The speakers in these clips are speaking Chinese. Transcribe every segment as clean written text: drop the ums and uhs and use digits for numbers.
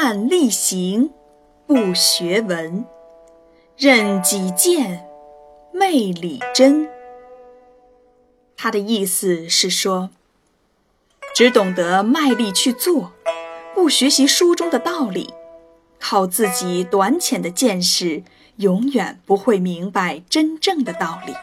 看力行，不学文，任己见，昧理真。他的意思是说，只懂得卖力去做，不学习书中的道理，靠自己短浅的见识，永远不会明白真正的道理。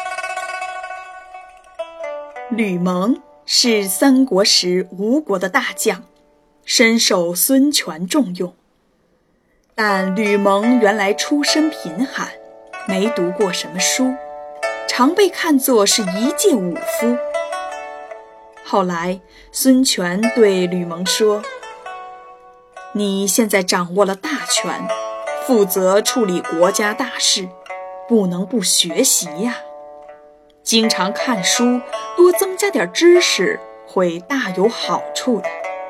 吕蒙是三国时吴国的大将，深受孙权重用。但吕蒙原来出身贫寒，没读过什么书，常被看作是一介武夫。后来孙权对吕蒙说，你现在掌握了大权，负责处理国家大事，不能不学习呀。经常看书，多增加点知识，会大有好处的。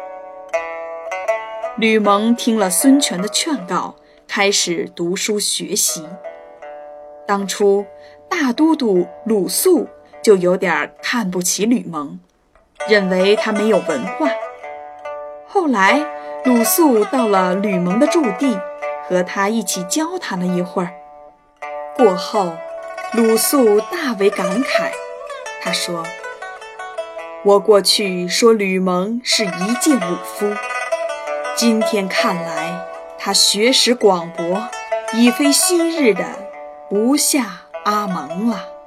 吕蒙听了孙权的劝告，开始读书学习。当初大都督鲁肃就有点看不起吕蒙，认为他没有文化。后来鲁肃到了吕蒙的驻地，和他一起交谈了一会儿。过后鲁肃大为感慨，他说，我过去说吕蒙是一介武夫，今天看来他学识广博，已非昔日的吴下阿蒙了。